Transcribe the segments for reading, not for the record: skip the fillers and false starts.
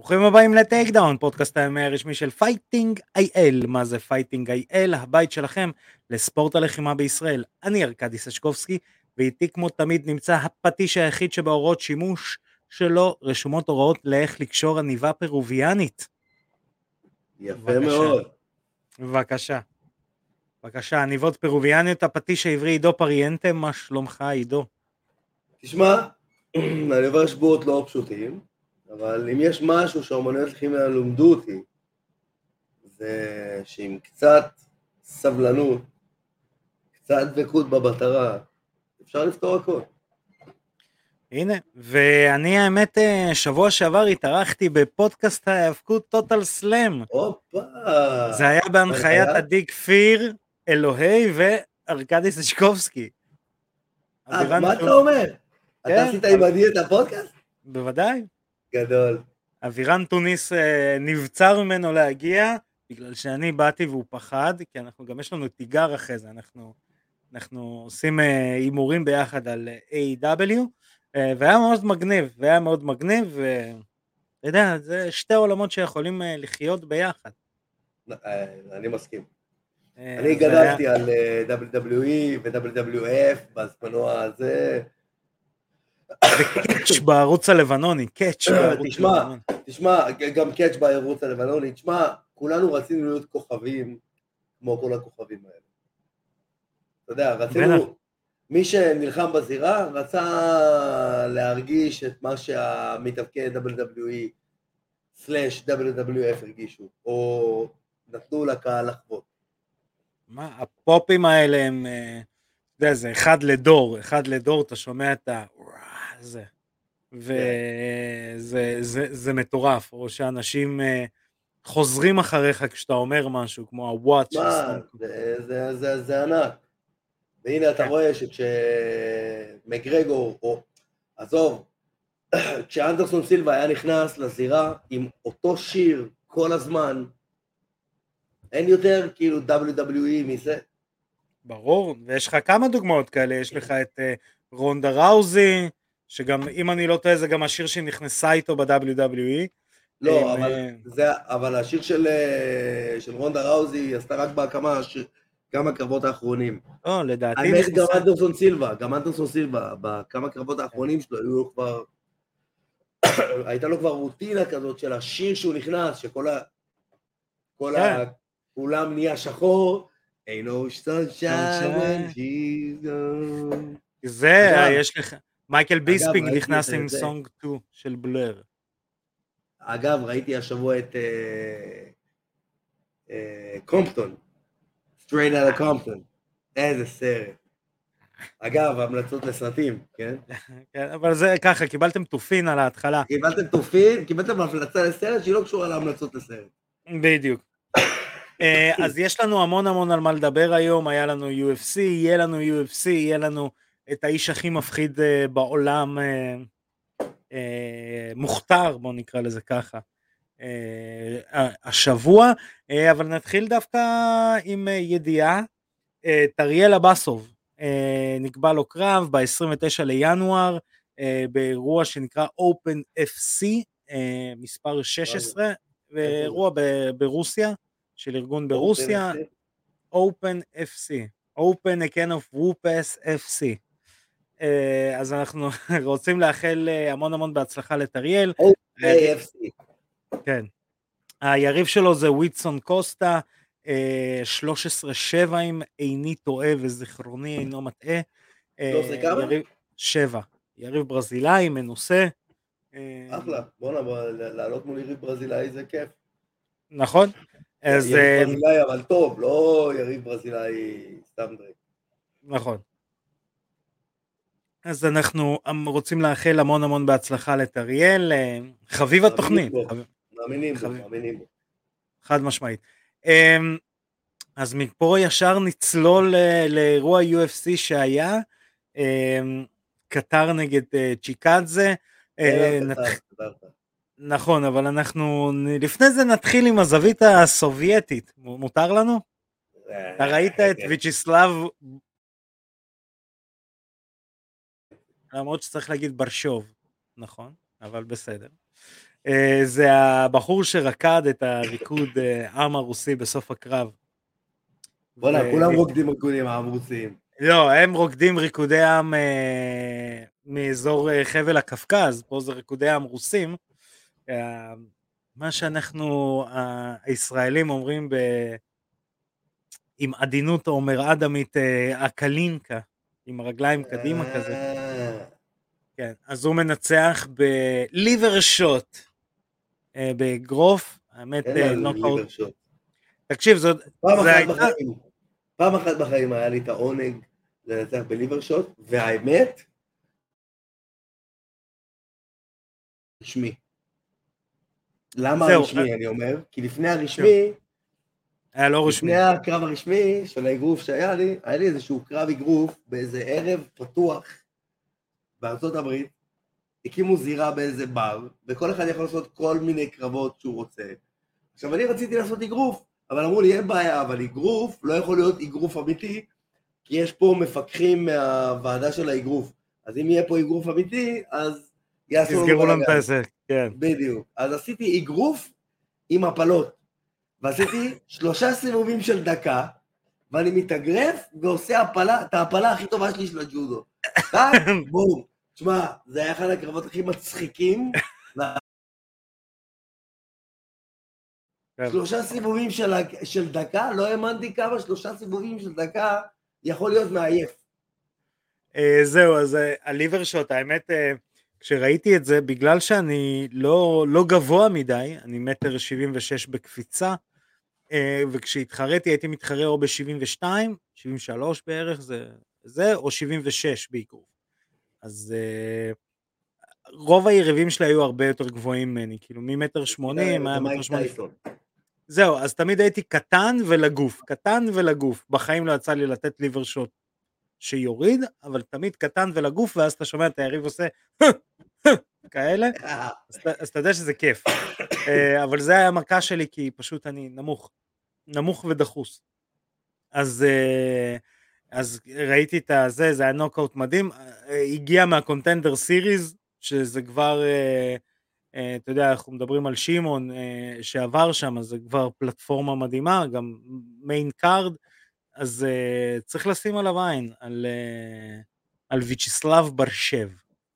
ברוכים הבאים לטייק דאון, פודקאסט הימי הרשמי של פייטינג איי-אל. מה זה פייטינג איי-אל? הבית שלכם לספורט הלחימה בישראל. אני ארקדי סשקובסקי, ואיתי כמו תמיד נמצא הפטיש היחיד שבהוראות שימוש שלו רשומות הוראות לאיך לקשור עניבה פרוביאנית. יפה מאוד. בבקשה, עניבות פרוביאניות, הפטיש העברי עידו פריאנטה, מה שלומך עידו? תשמע, אני עובר שבועות לא פשוטים, אבל אם יש משהו שהאומנויות לחימה למדו אותי, זה שעם קצת סבלנות, קצת דבקות במטרה, אפשר לפתור הכל. הנה, ואני האמת שבוע שעבר התארחתי בפודקאסט ההיאבקות טוטל סלאם. הופה! זה היה בהנחיית עדי כפיר, אלוהי וארקדי סשקובסקי. מה אתה אומר? אתה עשית עם עדי את הפודקאסט? בוודאי. גדול. אבירן טוניס נבצר ממנו להגיע, בגלל שאני באתי והוא פחד, כי אנחנו גם יש לנו תיגר אחרי זה, אנחנו עושים אימורים ביחד על A.W, והיה מאוד מגניב, ואתה יודע, זה שתי עולמות שיכולים לחיות ביחד. אני מסכים. אני גדלתי על WWE ו-WWF בזמנו הזה. וקאץ' בערוץ הלבנוני, תשמע, גם קאץ' בערוץ הלבנוני, תשמע, כולנו רצינו להיות כוכבים, כמו כל הכוכבים האלה. אתה יודע, רצינו, מי שנלחם בזירה, רצה להרגיש את מה שהמתאבקי WWE/WWF הרגישו, או נתנו לקהל לחוות. מה, הפופים האלה הם, אתה יודע, זה אחד לדור, אתה שומע את זה, וזה מטורף, או שאנשים חוזרים אחריך כשאתה אומר משהו, כמו הוואט של סטון. זה ענק. והנה אתה רואה שכשמקגרגור, או עזוב, כשאנדרסון סילבה היה נכנס לזירה עם אותו שיר כל הזמן, אין יותר כאילו WWE מזה. ברור, ויש לך כמה דוגמאות כאלה, יש לך את רונדה ראוזי, שגם אם אני לא טועה זה גם השיר שנכנסה איתו ב-WWE. לא, אבל השיר של רונדה ראוזי היא עשתה רק בהקמה כמה קרבות האחרונים. לדעתי האמת גם אנדרסון סילבה, בכמה קרבות האחרונים שלו, הייתה לו כבר רוטינה כזאת של השיר שהוא נכנס, כולם נהיה שחור, ain't no sunshine when she's gone. זה, יש לך, מייקל ביספינג נכנס עם סונג 2 של בלר. אגב, ראיתי השבוע את קומפטון, Straight Outta Compton, איזה סרט. אגב, המלצות לסרטים, כן? כן, אבל זה ככה, קיבלתם תופין על ההתחלה. קיבלתם המלצה לסרט שהיא לא קשורה להמלצות לסרט. בדיוק. אז יש לנו המון על מה לדבר היום, היה לנו UFC, יהיה לנו UFC, יהיה לנו את האיש הכי מפחיד בעולם, מוכתר, בוא נקרא לזה ככה, השבוע, אבל נתחיל דווקא עם ידיעה, טריאל אבסוב, נקבע לו קרב ב-29 לינואר, באירוע שנקרא Open FC, מספר 16, ואירוע ברוסיה, של ארגון ברוסיה, Open FC, Open Can of Whoopers FC. אז אנחנו רוצים לאחל המון בהצלחה לטריאל. OPFC. כן. היריב שלו זה וויטסון קוסטה, 13-7 אם איני טועה וזיכרוני אינו מטעה. 7. יריב ברזילאי, מנוסה. אחלה, בוא לעלות מול יריב ברזילאי זה כיף. נכון. יריב ברזילאי אבל טוב, לא יריב ברזילאי סתם דרק. נכון. אז אנחנו רוצים לאחל המון בהצלחה לטריאל, חביב התוכנית. מאמינים בו. חד משמעית. אז מפה ישר נצלול לאירוע UFC שהיה, קטר נגד צ'יקאדזה. נכון, אבל אנחנו לפני זה נתחיל עם הזווית הסובייטית, מותר לנו? אתה ראית את ויצ'סלב, למרות שצריך להגיד ברשוב, נכון, אבל בסדר. זה הבחור שרקד את הריקוד עם הרוסי בסוף הקרב. בוא'נה, כולם רוקדים ריקודים עם רוסיים. לא, הם רוקדים ריקודי עם מאזור חבל הקפקז, פה זה ריקודי עם רוסים. מה שאנחנו הישראלים אומרים עם עדינות או מרעד עמית, הקלינקה, עם הרגליים קדימה כזה. כן, אז הוא מנצח בליבר שוט, באגרוף, האמת נוקאוט. תקשיב, פעם אחת בחיים היה לי את העונג לנצח בליבר שוט, והאמת, רשמי. למה רשמי אני אומר? כי לפני הרשמי, היה לא רשמי. לפני הקרב הרשמי של האגרוף שהיה לי, היה לי איזשהו קרב אגרוף באיזה ערב פתוח בארצות הברית, הקימו זירה באיזה בר, וכל אחד יכול לעשות כל מיני קרבות שהוא רוצה. עכשיו אני רציתי לעשות אגרוף, אבל אמרו לי אין בעיה, אבל אגרוף לא יכול להיות אגרוף אמיתי, כי יש פה מפקחים מהוועדה של האגרוף. אז אם יהיה פה אגרוף אמיתי, אז יעשו לנו תסגרו לנו את העסק, כן. בדיוק. אז עשיתי אגרוף עם הפלות, ועשיתי 3 סיבובים של דקה, ואני מתאגרף ועושה את ההפלה הכי טובה שלי של הג'ודו. בום. תשמע, זה היה אחד הקרבות הכי מצחיקים. 3 סיבובים של דקה, לא האמנתי כמה 3 סיבובים של דקה יכול להיות מעייף. זהו, אז הליבר שוט, האמת, כשראיתי את זה, בגלל שאני לא גבוה מדי, אני 1.76 בקפיצה, וכשהתחרתי הייתי מתחרה או ב-72, 73 בערך, זה או 76 באגרוף. אז רוב היריבים שלי היו הרבה יותר גבוהים ממני, כאילו מ-1.80, היה 1.80. זהו, אז תמיד הייתי קטן ולגוף, בחיים לא יצא לי לתת ליבר שוט שיוריד, אבל תמיד קטן ולגוף, ואז אתה שומע את היריב עושה כאלה, אז אתה יודע שזה כיף. אבל זה היה המכה שלי, כי פשוט אני נמוך ודחוס. אז ראיתי את זה היה נוקאוט מדהים, הגיע מהקונטנדר סיריז, שזה כבר, אתה יודע, אנחנו מדברים על שימון שעבר שם, אז זה כבר פלטפורמה מדהימה, גם מיין קארד, אז צריך לשים עליו עין, על ויצ'סלב ברשב.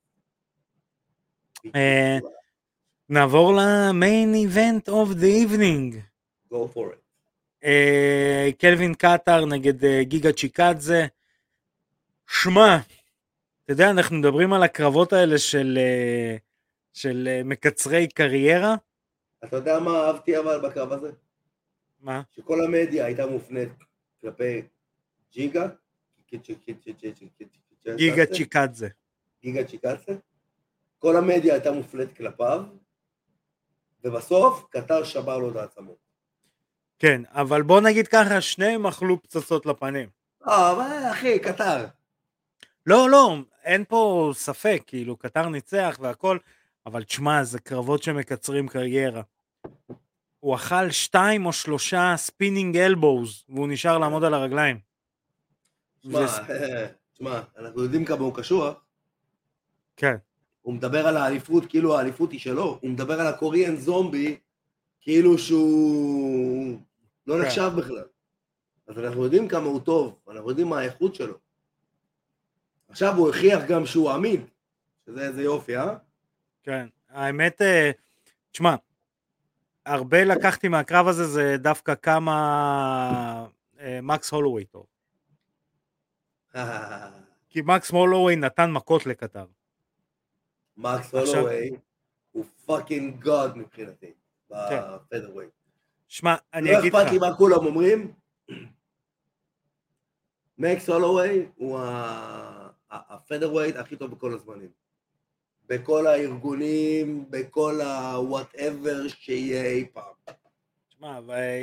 נעבור למיין איבנט אוף דה איבנינג. Go for it. קלווין קטר נגד גיגה צ'יקדזה. שמה, אתה יודע, אנחנו מדברים על הקרבות האלה של מקצרי קריירה. אתה יודע מה אהבתי אבל בקרב הזה? מה? שכל המדיה הייתה מופנית כלפי גיגה צ'יקדזה. גיגה צ'יקדזה. כל המדיה הייתה מופנית כלפיו, ובסוף קטר שבר לו את העצמות. כן, אבל בוא נגיד ככה, שניהם אכלו פצצות לפנים. אבל אחי, קטר. לא, אין פה ספק, כאילו, קטר ניצח והכל, אבל תשמע, זה קרבות שמקצרים קריירה. הוא אכל 2 או 3 ספינינג אלבוז, והוא נשאר לעמוד על הרגליים. תשמע, אנחנו יודעים כמה הוא קשוח. כן. הוא מדבר על האליפות, כאילו האליפות היא שלו. הוא מדבר על הקוריאן זומבי, כאילו שהוא לא נחשב בכלל. אז אנחנו יודעים כמה הוא טוב, אנחנו יודעים מה האיכות שלו. עכשיו הוא הכריח גם שהוא עמיד, שזה איזה יופי, כן, האמת, תשמע, הרבה לקחתי מהקרב הזה, זה דווקא כמה מקס הולווי טוב. כי מקס הולווי נתן מכות לקטר. מקס הולווי הוא פאקינג גוד מבחינתי, בפדרווי. שמע, אני אגיד לך. לא אכפת לי מה כולם אומרים, מקס הולווי הוא הפדרווי הכי טוב בכל הזמנים. בכל הארגונים, בכל ה-whatever שיהיה אי פעם. תשמע,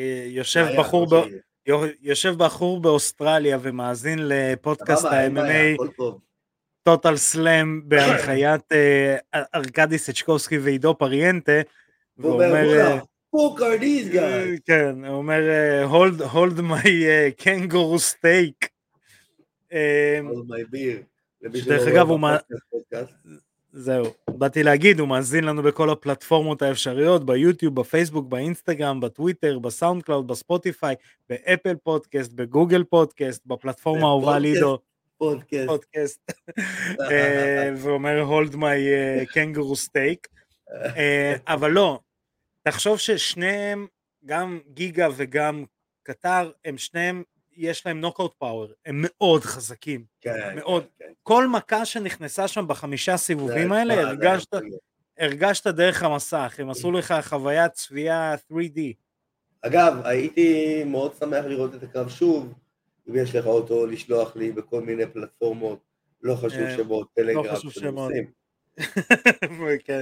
יושב בחור באוסטרליה ומאזין לפודקאסט ה-MMA טוטל סלאם בהנחיית ארקדי סצ'קובסקי ועידו פריאנטה, והוא אומר, who are these guys? כן, הוא אומר, hold my kangaroo steak. hold my beer. דרך אגב, זהו, באתי להגיד, הוא מאזין לנו בכל הפלטפורמות האפשריות, ביוטיוב, בפייסבוק, באינסטגרם, בטוויטר, בסאונד קלאוד, בספוטיפיי, באפל פודקאסט, בגוגל פודקאסט, בפלטפורמה האהובה לידו, פודקאסט, ואומר hold my kangaroo steak, אבל לא, תחשוב ששניהם, גם גיגה וגם קטר, הם שניהם, יש להם נוקאוט פאוור, הם מאוד חזקים, מאוד, כל מכה שנכנסה שם ב5 סיבובים האלה, הרגשת דרך המסך, הם עשו לך חוויית צפייה 3D. אגב, הייתי מאוד שמח לראות את הקרב שוב, אם יש לך אותו לשלוח לי בכל מיני פלטפורמות, לא חשוב שמות, טלגרם של רוסים. כן,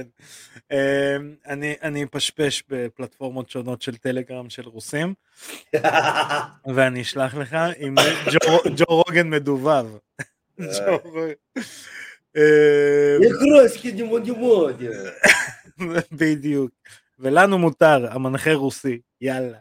אני פשפש בפלטפורמות שונות של טלגרם של רוסים, ואני אשלח לך עם ג'ו רוגן מדובב. בדיוק, ולנו מותר, המנחה רוסי, יאללה.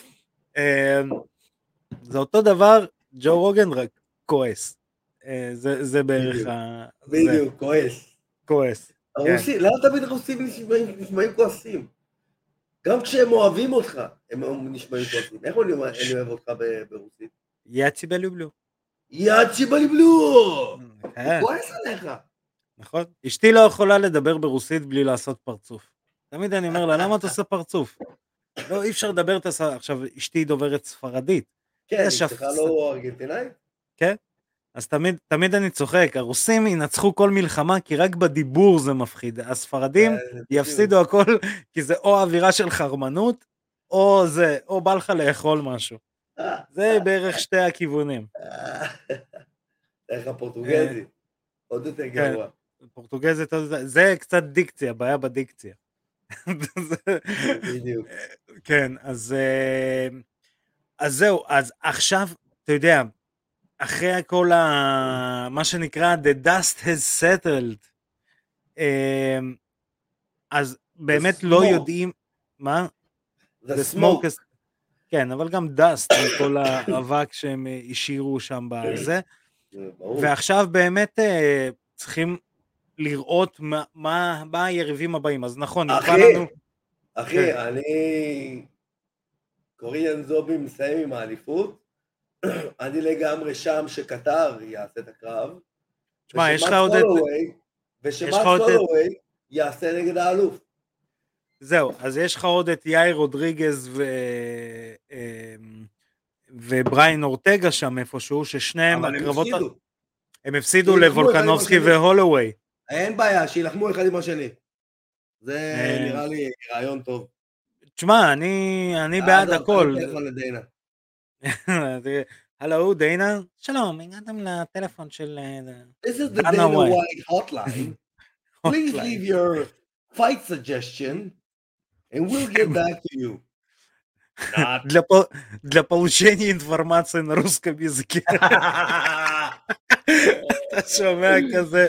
זה אותו דבר, ג'ו רוגן רק כועס. זה בערך בדיוק, כועס. הרוסי, למה תמיד הרוסים נשמעים כועסים? גם כשהם אוהבים אותך, הם נשמעים כועסים. איך אני אוהב אותך ברוסית? יאצי בלובלו. יאצי בלובלו! הוא כועס עליך. נכון. אשתי לא יכולה לדבר ברוסית בלי לעשות פרצוף. תמיד אני אומר לה, למה אתה עושה פרצוף? לא, אי אפשר לדבר את השפה. עכשיו, אשתי דוברת ספרדית. כן, אשתך לא ארגנטינאית? כן. אז תמיד אני צוחק, הרוסים ינצחו כל מלחמה, כי רק בדיבור זה מפחיד. הספרדים יפסידו הכל, כי זה או אווירה של חרמנות, או בא לך לאכול משהו. זה בערך שתי הכיוונים. איך הפורטוגזי, עוד יותר גרוע. פורטוגזית, זה קצת דיקציה, בעיה בדיקציה. בדיוק. כן, אז זהו, אז עכשיו, אתה יודע, אחרי כל מה שנקרא the dust has settled, אז באמת לא יודעים, מה? the smoke. כן, אבל גם dust, כל האבק שהם השאירו שם בזה, ועכשיו באמת צריכים לראות מה היריבים הבאים, אז נכון, אחי, אני קוריאן זומבי מסיים עם האליפות, אני לגמרי שם שקטר יעשה את הקרב, תשמע, יש לך עוד את... ושמאט סולווי יעשה נגד האלוף. זהו, אז יש לך עוד את יאיר רודריגז ובריין אורטגה שם איפשהו, ששניהם הקרבות... הם הפסידו לוולקנובסקי והולווי. אין בעיה, שילחמו אחד עם השני. זה נראה לי רעיון טוב. תשמע, אני בעד הכל. הלו, דיינה? שלום, הגעתם לטלפון של... This is the Dana White hotline. Please leave your fight suggestion and we'll get back to you. Для получения информации на русском языке. אתה שומע כזה...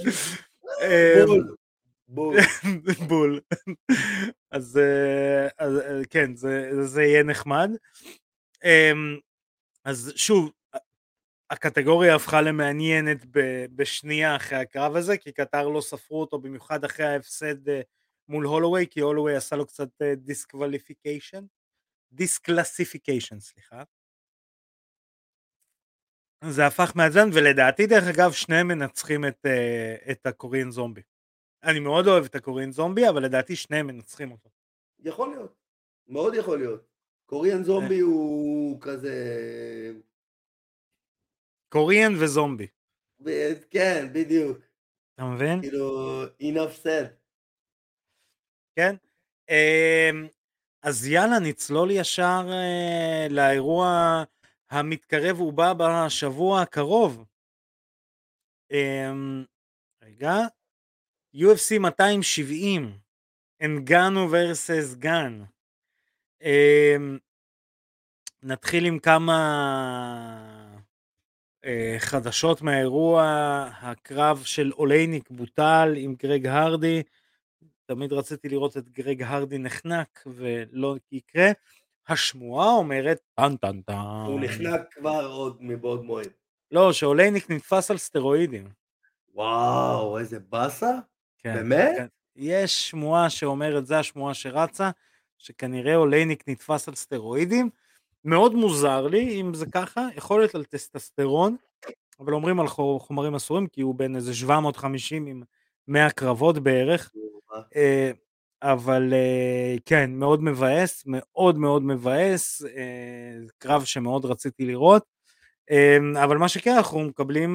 בול. אז כן, זה יהיה נחמד. אז שוב, הקטגוריה הפכה למעניינת בשנייה אחרי הקרב הזה, כי קטר לא ספרו אותו במיוחד אחרי ההפסד מול הולווי, כי הולווי עשה לו קצת דיסקלסיפיקיישן, סליחה. זה הפך מעצבן, ולדעתי דרך אגב שניהם מנצחים את הקוריאן זומבי. אני מאוד אוהב את הקוריאן זומבי, אבל לדעתי שניהם מנצחים אותו. יכול להיות, מאוד יכול להיות. קוריאן זומבי הוא כזה... קוריאן וזומבי. כן, בדיוק. אתה מבין? כאילו, enough said. כן. אז יאללה, נצלול ישר לאירוע המתקרב ובא בשבוע הקרוב. רגע. UFC 270. אנגאנו versus גן. נתחיל עם כמה חדשות מהאירוע. הקרב של אולייניק בוטל עם גרג הרדי. תמיד רציתי לראות את גרג הרדי נחנק ולא יקרה. השמועה אומרת טן טן טן. הוא נחנק כבר עוד מבעוד מועד. לא, שאולייניק נתפס על סטרואידים. וואו, איזה בסה. כן, באמת? כן. יש שמועה שאומרת, זה השמועה שרצה, שכנראה אולייניק נתפס על סטרואידים. מאוד מוזר לי אם זה ככה, יכול להיות על טסטסטרון, אבל אומרים על חומרים אסורים, כי הוא בין איזה 750 עם 100 קרבות בערך. אה, אבל כן, מאוד מבאס, מאוד מאוד מבאס, קרב שמאוד רציתי לראות. אבל מה שכן, אנחנו מקבלים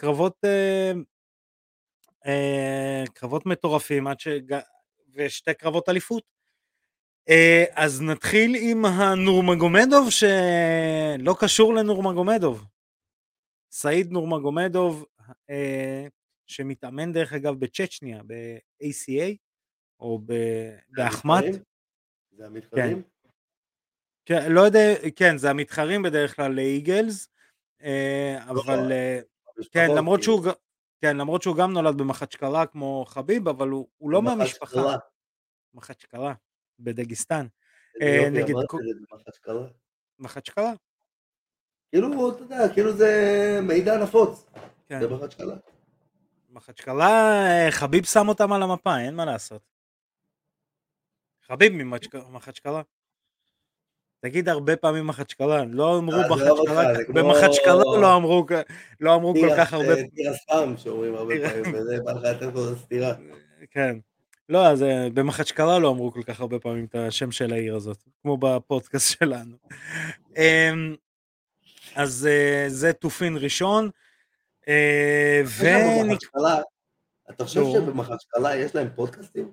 קרבות מטורפים ושתי קרבות אליפות. אז נתחיל עם הנורמגומדוב שלא קשור לנורמגומדוב. סעיד נורמגומדוב, שמתאמן דרך אגב בצ'צ'ניה, ב-ACA, או באחמת. זה כן. המתחרים? כן, לא יודע, כן, זה המתחרים בדרך כלל לאיגלס, אבל כן, למרות שהוא גם נולד במחצ'קלה כמו חביב, אבל הוא לא מהמשפחה. מחצ'קלה, בדגיסטן. איזה יופי, נגד אמרת את זה במחצ'קלה. מחצ'קלה. כאילו, אתה יודע, כאילו זה מידע נפוץ. כן. זה מחצ'קלה. מחצ'קלה, חביב שם אותם על המפה, אין מה לעשות. חביב ממחצ'קלה. תגיד הרבה פעמים מחצ'קלה, לא אמרו מחצ'קלה, במחצ'קלה לא אמרו כל כך הרבה. תירה סתם שאומרים הרבה פעמים, וזה בא לך לתת פה סתירה. כן. לא, אז במחצ'קלה לא אמרו כל כך הרבה פעמים את השם של העיר הזאת, כמו בפודקאסט שלנו. אז זה תופין ראשון. אתה חושב שבמחצ'קלה יש להם פודקאסטים?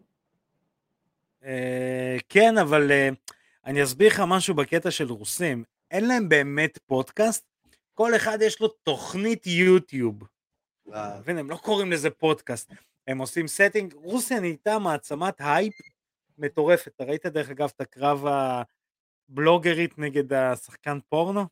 כן, אבל אני אסביר לך משהו בקטע של רוסים, אין להם באמת פודקאסט, כל אחד יש לו תוכנית יוטיוב, הם לא קוראים לזה פודקאסט, הם עושים סטינג. רוסיה נהייתה מעצמת הייפ מטורפת. אתה ראית דרך אגב את הקרב הבלוגרית נגד השחקן פורנו?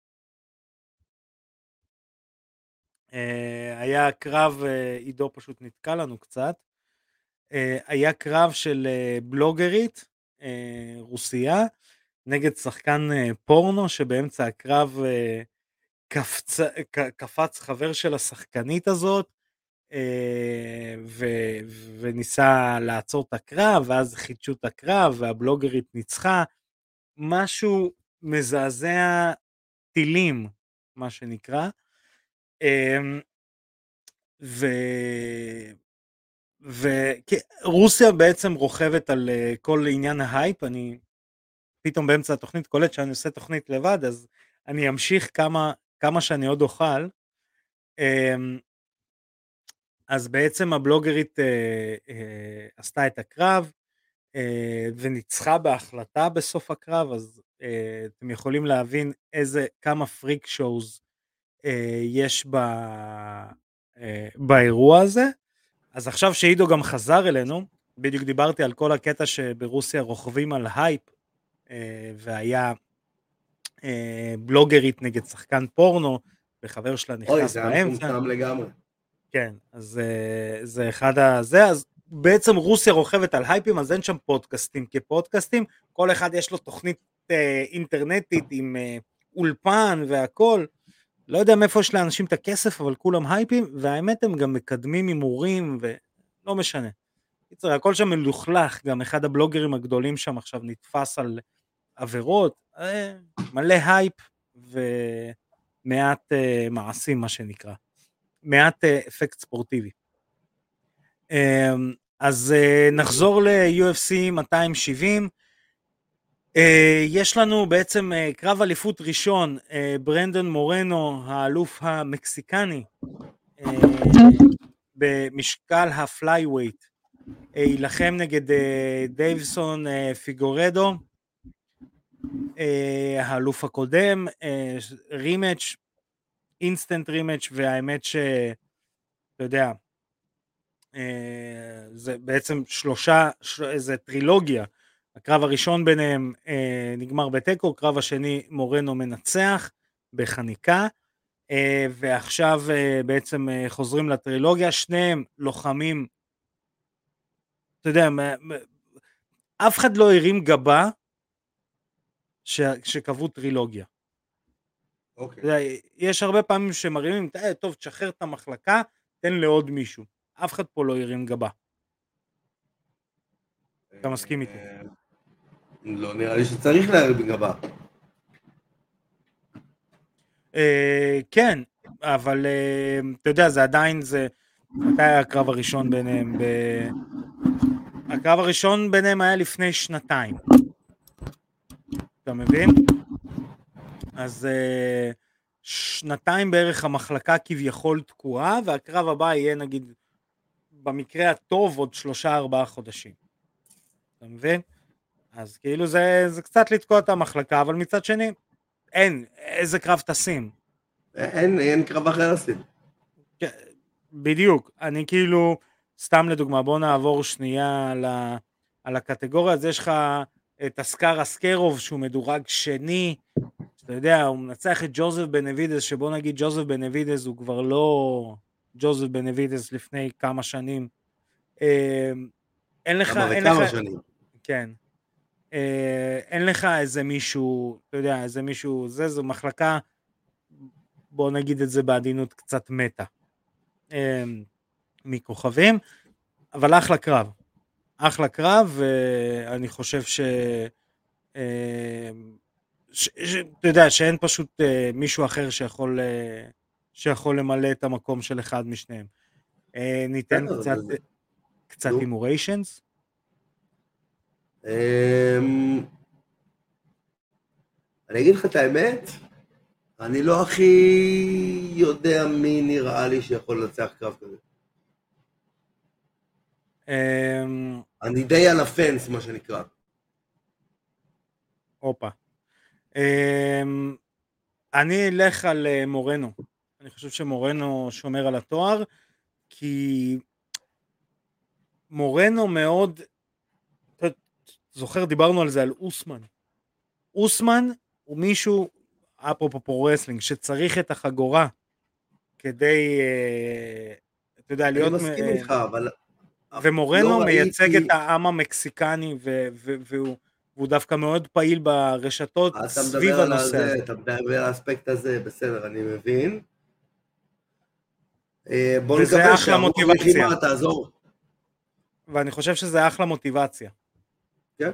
היה קרב, עידו פשוט נתקע לנו קצת, היה קרב של בלוגרית רוסיה נגד שחקן פורנו, שבאמצע הקרב קפץ חבר של השחקנית הזאת, וניסה לעצור את הקרב, ואז חידשו את הקרב, והבלוגרית ניצחה. משהו מזעזע טילים, מה שנקרא. ורוסיה בעצם רוכבת על כל עניין ההייפ. אני פתאום באמצע התוכנית קולט שאני עושה תוכנית לבד, אז אני אמשיך כמה שאני עוד אוכל. אז בעצם הבלוגרית עשתה את הקרב, וניצחה בהחלטה בסוף הקרב, אז אתם יכולים להבין כמה פריק שואוז יש באירוע הזה. אז עכשיו שעידו גם חזר אלינו, בדיוק דיברתי על כל הקטע שברוסיה רוכבים על הייפ, והיה בלוגרית נגד שחקן פורנו, וחבר שלה נכנס באמצע. אוי, זה היה מטומטם לגמרי. כן, אז זה אחד הזה. אז בעצם רוסיה רוכבת על הייפים, אז אין שם פודקאסטים כפודקאסטים, כל אחד יש לו תוכנית אינטרנטית עם אולפן והכל. לא יודע מאיפה יש לאנשים את הכסף, אבל כולם הייפים, והאמת הם גם מקדמים הימורים, ולא משנה. הכל שם מלוכלך, גם אחד הבלוגרים הגדולים שם עכשיו נתפס על עבירות, מלא הייפ ומעט מעשים, מה שנקרא. מעט אפקט ספורטיבי. אז נחזור ל-UFC 270. יש לנו בעצם קרב אליפות ראשון, ברנדון מורנו, האלוף המקסיקני, במשקל הפלייווייט, ילחם נגד דייבסון פיגורדו, האלוף הקודם, רימץ', אינסטנט רימץ', והאמת שאתה יודע, זה בעצם זה טרילוגיה. הקרב הראשון ביניהם נגמר בטקו, קרב השני מורנו מנצח בחניקה, ועכשיו בעצם חוזרים לטרילוגיה, שניהם לוחמים, אתה יודע, אף אחד לא הרים גבה שקבעו טרילוגיה. אוקיי. יש הרבה פעמים שמרימים, טוב, תשחרר את המחלקה, תן לעוד מישהו. אף אחד פה לא הרים גבה. אתה מסכים איתי? לא נראה לי שצריך להרים גבה. כן, אבל אתה יודע, זה עדיין, מתי היה הקרב הראשון ביניהם? הקרב הראשון ביניהם היה לפני 2 אתה מבין? אז 2 בערך המחלקה כביכול תקועה, והקרב הבא יהיה נגיד במקרה הטוב עוד 3-4 חודשים. אתה מבין? אז כאילו זה קצת לתקוע את המחלקה, אבל מצד שני, איזה קרב תשים. אין קרב אחר לשים. בדיוק, אני כאילו, סתם לדוגמה, בוא נעבור שנייה על הקטגוריה, אז יש לך את אסקר אסקרוב שהוא מדורג שני, אתה יודע, הוא מנצח את ג'וזף בנבידס, שבוא נגיד ג'וזף בנבידס הוא כבר לא ג'וזף בנבידס לפני כמה שנים. אין לך... כמה וכמה שנים. כן. אין לך איזה מישהו, אתה יודע, איזה מישהו, זו מחלקה, בוא נגיד את זה בעדינות קצת מתה. מכוכבים, אבל אחלה קרב, ואני חושב אתה יודע, שאין פשוט מישהו אחר שיכול למלא את המקום של אחד משניהם. ניתן קצת אימוריישנס? אני אגיד לך את האמת, אני לא הכי יודע מי נראה לי שיכול לנצח קרב כזה. אני די על הפנס, מה שנקרא. אופה. אני אלך על מורנו. אני חושב שמורנו שומר על התואר, כי מורנו מאוד, אתה זוכר, דיברנו על זה, על אוסמן. אוסמן הוא מישהו, אפרופו פרו-רסלינג, שצריך את החגורה כדי, אתה יודע, להיות... אני מסכים איתך, אבל... ומורנו מייצג את העם המקסיקני, והוא דווקא מאוד פעיל ברשתות סביב הנושא הזה. אתה מדבר על האספקט הזה, בסדר, אני מבין. בוא נקווה שהרוח לחימה תעזור. ואני חושב שזה אחלה מוטיבציה. כן?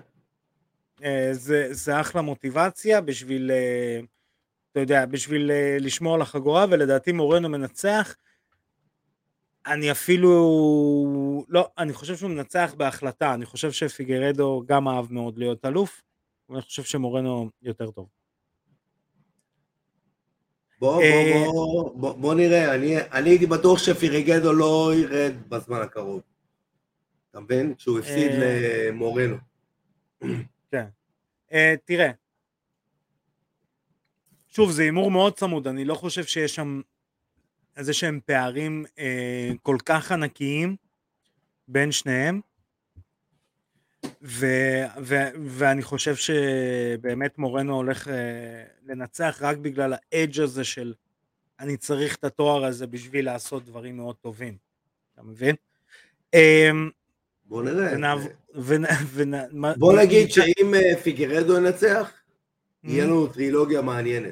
זה אחלה מוטיבציה בשביל, אתה יודע, בשביל לשמור על החגורה, ולדעתי מורנו מנצח. אני אפילו, לא, אני חושב שהוא מנצח בהחלטה, אני חושב שפיגרדו גם אהב מאוד להיות אלוף, ואני חושב שמורנו יותר טוב. בוא נראה, אני הייתי בטוח שפיגרדו לא ירד בזמן הקרוב. אתה מבין? שהוא הפסיד למורנו. כן. תראה, שוב, זה אימור מאוד צמוד, אני לא חושב שיש שם איזה שהם פערים כל כך ענקיים בין שניהם, ואני חושב שבאמת מורנו הולך לנצח רק בגלל האדג' הזה של אני צריך את התואר הזה בשביל לעשות דברים מאוד טובים, אתה מבין? בוא נראה. בוא נגיד שאם פיגרדו ינצח, יהיה לנו טרילוגיה מעניינת.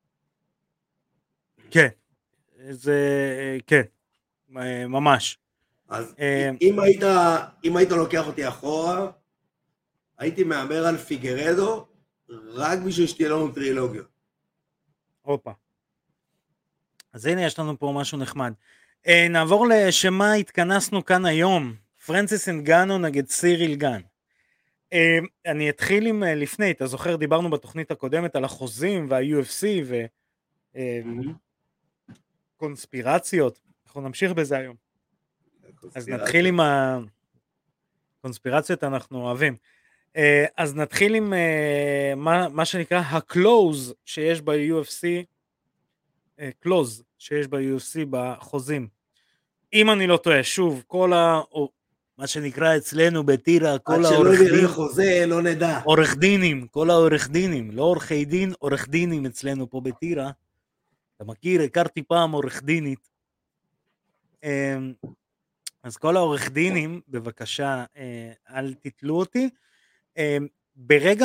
כן. כן, ממש. אז אם היית לוקח אותי אחורה, הייתי מאמר על פיגרדו, רק בשביל שתהיה לנו טרילוגיה. אופה. אז הנה יש לנו פה משהו נחמד. נעבור לשמה התכנסנו כאן היום. פרנסיס אנגאנו נגד סיריל גן. אני אתחיל עם לפני, אתה זוכר, דיברנו בתוכנית הקודמת על החוזים וה-UFC קונספירציות, אנחנו נמשיך בזה היום. אז נתחיל עם הקונספירציות, אנחנו אוהבים. אז נתחיל עם מה שנקרא הקלוז שיש ב-UFC, קלוז שיש ב-UFC בחוזים. אם אני לא טועה, שוב, מה שנקרא אצלנו בטירה, כל העורך דין, חוזה, לא נדע. עורך דינים, כל העורך דינים, לא עורכי דין, עורך דינים אצלנו פה בטירה. אתה מכיר, הכרתי פעם עורך דינית. אז כל העורך דינים, בבקשה, אל תתלו אותי. ברגע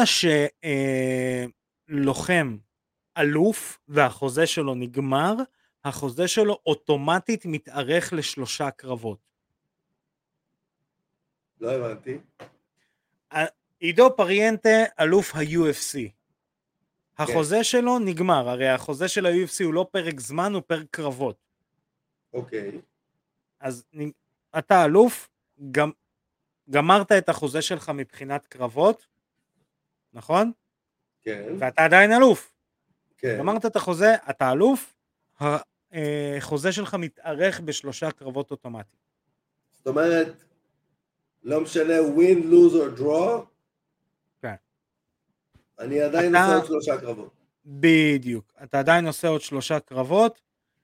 שלוחם אלוף והחוזה שלו נגמר, החוזה שלו אוטומטית מתארך ל3 קרבות. לא הבנתי. עידו פריאנטה, אלוף ה-UFC. החוזה שלו נגמר, הרי החוזה של ה-UFC הוא לא פרק זמן, הוא פרק קרבות. אוקיי. אז אתה אלוף, גמרת את החוזה שלך מבחינת קרבות, נכון? כן. ואתה עדיין אלוף. כן. גמרת את החוזה, אתה אלוף, החוזה שלך מתארך ב3 קרבות אוטומטיים. זאת אומרת, לא משנה win, lose or draw, כן. אני עדיין עושה עוד 3 קרבות. בדיוק, אתה עדיין עושה עוד 3 קרבות.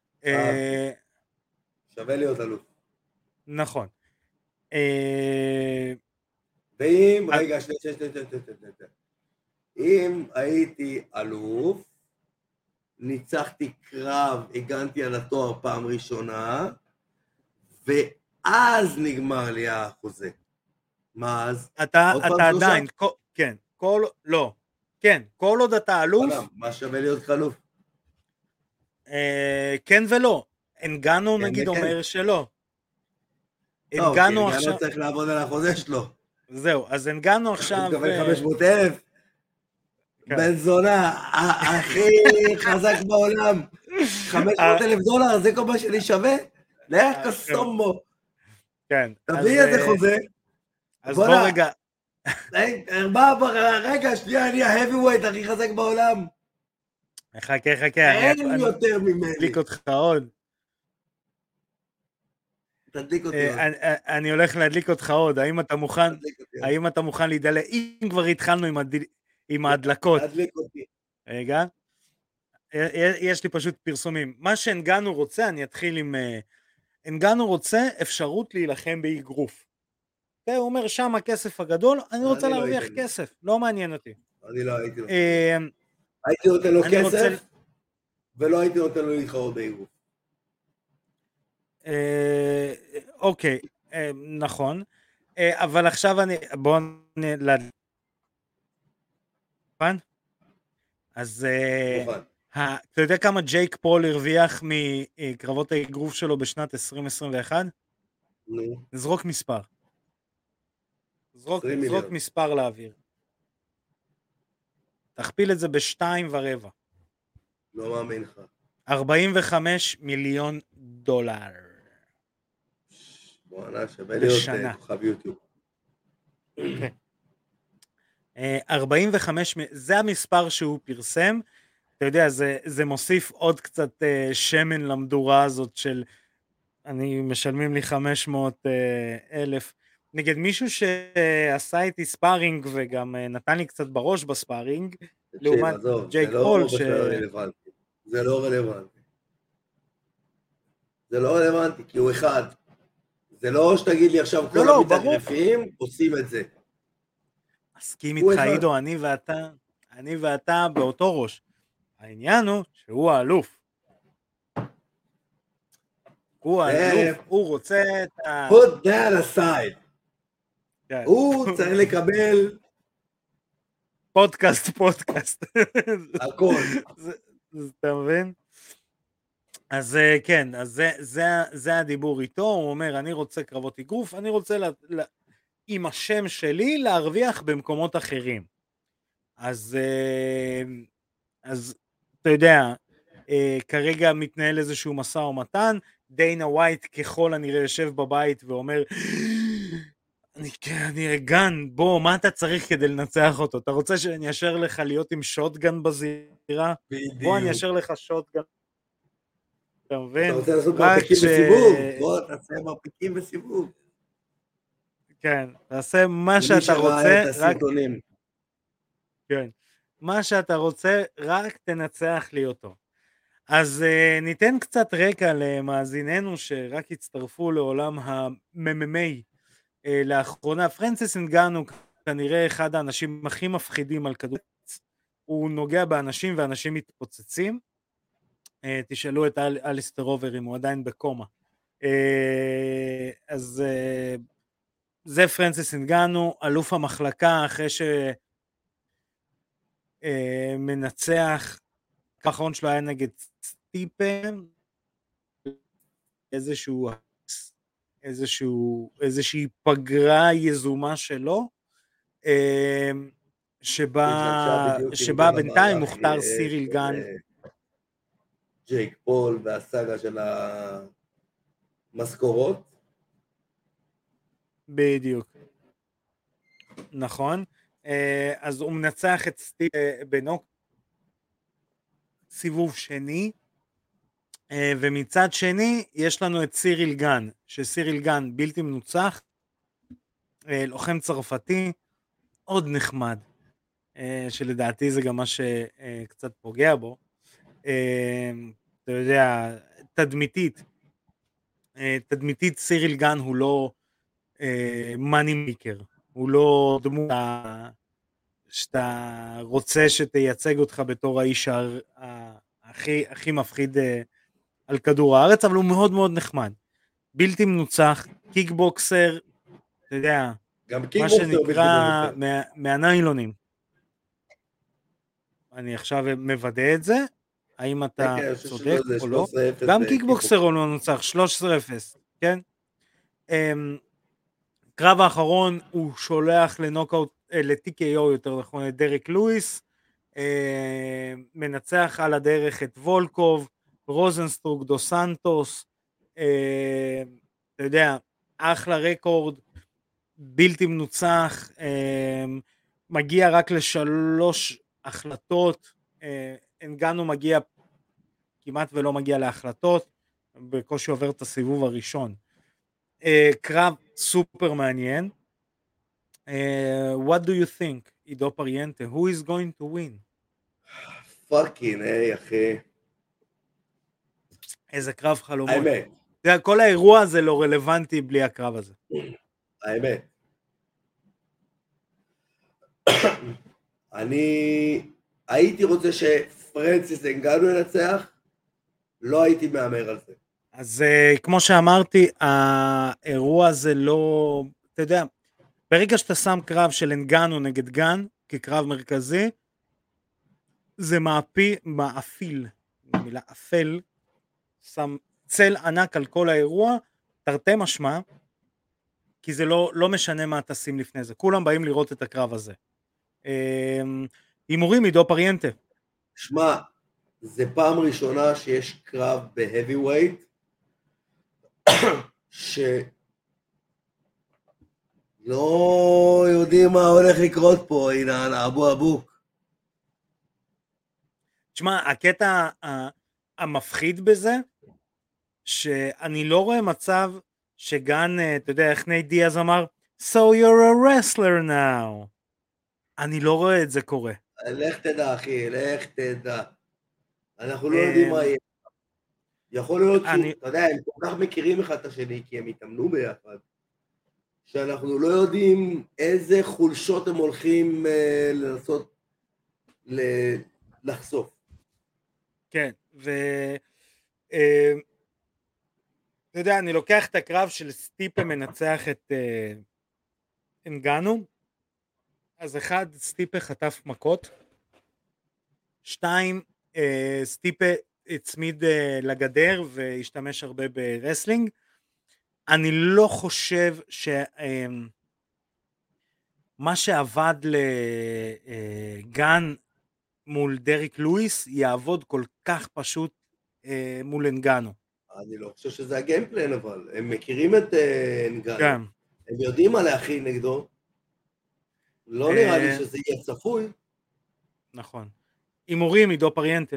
שווה להיות אלוף. נכון. ואם, רגע, אם הייתי אלוף, ניצחתי קרב, הגנתי על התואר פעם ראשונה, ואז נגמר לי החוזה. מה אז? אתה עדיין, כן, לא, כן, כל עוד אתה אלוף. מה שווה להיות אלוף? כן ולא, אנגנו נגיד אומר שלא. אנגנו עכשיו צריך לעבוד על החוזה שלו. זהו, אז אנגנו עכשיו... הוא מקבל 500,000. בן זונה, הכי חזק בעולם. 500,000 דולר, זה כל מה שאני שווה? לך קסומו. כן. תביא איזה חוזה. אז בוא רגע. רגע, שנייה, אני ההאביווייט הכי חזק בעולם. חכה. אין יותר ממני. תדליק אותך עוד. תדליק אותי עוד. אני הולך להדליק אותך עוד. האם אתה מוכן להידלק? אם כבר התחלנו עם ההדלקות. תדליק אותי. רגע. יש לי פשוט פרסומים. מה שאנגנו רוצה, אני אתחיל עם... אנגנו רוצה אפשרות להילחם באגרוף. הוא אומר, שם הכסף הגדול, אני רוצה להרוויח כסף. לא מעניין אותי. אני לא הייתי נותן. הייתי נותן לו כסף, ולא הייתי נותן לו להתחרות באגרוף. אוקיי, נכון. אבל עכשיו בואו אז אתה יודע כמה ג'ייק פול הרוויח מקרבות האגרוף שלו בשנת 2021? זרוק מספר. זרוק מספר לאוויר. תכפיל את זה ב2.25. לא מאמין לך. 45 מיליון דולר. בואנה, שווה להיות כוכב יוטיוב. 45, זה המספר שהוא פרסם. אתה יודע, זה מוסיף עוד קצת שמן למדורה הזאת של, משלמים לי 500,000, נגד מישהו שעשה איתי ספארינג וגם נתן לי קצת בראש בספארינג, לעומת ג'ייק פול. זה לא רלוונטי, כי הוא אחד. זה לא שתגיד לי עכשיו כל המתאגרפים עושים את זה. מסכים איתך עידו, אני ואתה באותו ראש. העניין הוא שהוא האלוף. הוא האלוף, הוא רוצה את put that aside. הוא צריך לקבל פודקאסט. הכל. אתה מבין? אז כן, אז זה הדיבור איתו, הוא אומר, אני רוצה קרבות אגרוף, אני רוצה עם השם שלי להרוויח במקומות אחרים. אז אתה יודע, כרגע מתנהל איזשהו מסע ומתן, דיינה ווייט ככל הנראה יושב בבית ואומר, אני אגן, בוא, מה אתה צריך כדי לנצח אותו? אתה רוצה שאני אשר לך להיות עם שוטגן בזירה? בוא אני אשר לך שוטגן. אתה מבין? אתה רוצה לעשות מרפקים בסיבוב? בוא, תעשה מרפקים בסיבוב. כן, תעשה מה שאתה רוצה, רק... כן, מה שאתה רוצה, רק תנצח לי אותו. אז ניתן קצת רקע למאזיננו שרק הצטרפו לעולם ה-MMA לאחרונה. פרנסיס אנגנו כנראה אחד האנשים הכי מפחידים על כדור הארץ. הוא נוגע באנשים ואנשים מתפוצצים. תשאלו את אליסטר רובר אם הוא עדיין בקומה. אז זה פרנסיס אנגנו, אלוף המחלקה, אחרי שמנצח, האחרון שלו היה נגד סטיפה, איזושהי פגרה יזומה שלו, שבה בינתיים מוכתר סיריל גן. ג'ייק פול והסאגה של המשכורות. בדיוק. נכון. אז הוא מנצח את סטיב בנוק סיבוב שני, ומצד שני יש לנו את סיריל גן, שסיריל גן בלתי מנוצח, לוחם צרפתי, עוד נחמד, שלדעתי זה גם מה שקצת פוגע בו. אתה יודע, תדמיתית סיריל גן הוא לא מאני מיקר, הוא לא דמות שאתה רוצה שתייצג אותך בתור האיש הכי מפחיד על כדור הארץ, אבל הוא מאוד מאוד נחמד, בלתי מנוצח, קיקבוקסר, אתה יודע, מה שנקרא מהניילונים. אני עכשיו מוודא את זה, האם אתה צודק או לא, גם קיקבוקסר הוא לא נוצח, 13-0, כן? קרב האחרון הוא שולח לנוקאוט, ל-TKO יותר נכון, את דרק לואיס, מנצח על הדרך את וולקוב, רוזנסטרוק, דו סנטוס, אתה יודע, אחלה רקורד, בלתי מנוצח, מגיע רק ל3 החלטות, אנגנו מגיע כמעט ולא מגיע להחלטות, בקושי עובר את הסיבוב הראשון. קרב סופר מעניין. What do you think, עידו פריאנטה? Who is going to win? פאקינג, היי אחי. איזה קרב חלומות. האמת. כל האירוע הזה לא רלוונטי בלי הקרב הזה. האמת. אני הייתי רוצה שפרנסיס אנגנו ינצח, לא הייתי מאמר על זה. אז כמו שאמרתי, האירוע הזה לא, אתה יודע, ברגע שאתה שם קרב של אנגנו נגד גן, כקרב מרכזי, זה מאפיל, מילה אפל, שם צל ענק על כל האירוע, תרתי משמע, כי זה לא משנה מה תשים לפני זה, כולם באים לראות את הקרב הזה. הימורים, עידו פריאנטה. שמע, זה פעם ראשונה שיש קרב בהאבי-ווייט, שלא יודעים מה הולך לקרות פה, הנה, אבו אבוק. תשמע, הקטע המפחיד בזה, שאני לא רואה מצב שגן, אתה יודע, איך נייט דיאז אמר, So you're a wrestler now. אני לא רואה את זה קורה. לך תדע, אחי, לך תדע. אנחנו לא יודעים מה יהיה. יכול להיות אתה יודע, הם כל כך מכירים אחד את השני, כי הם התאמנו ביחד, שאנחנו לא יודעים איזה חולשות הם הולכים לנסות לחשוף. כן, אתה יודע, אני לוקח את הקרב של סטיפה מנצח את אנגנו, אז 1, סטיפה חטף מכות, 2, סטיפה הצמיד לגדר והשתמש הרבה ברסלינג. אני לא חושב מה שעבד לגן מול דריק לואיס יעבוד כל כך פשוט מול אנגנו. אני לא חושב שזה הגיימפלן, אבל הם מכירים את אנגנו, גם. הם יודעים מה להכין נגדו, לא נראה לי שזה יהיה צפוי. נכון. הימורים, עידו פריאנטה.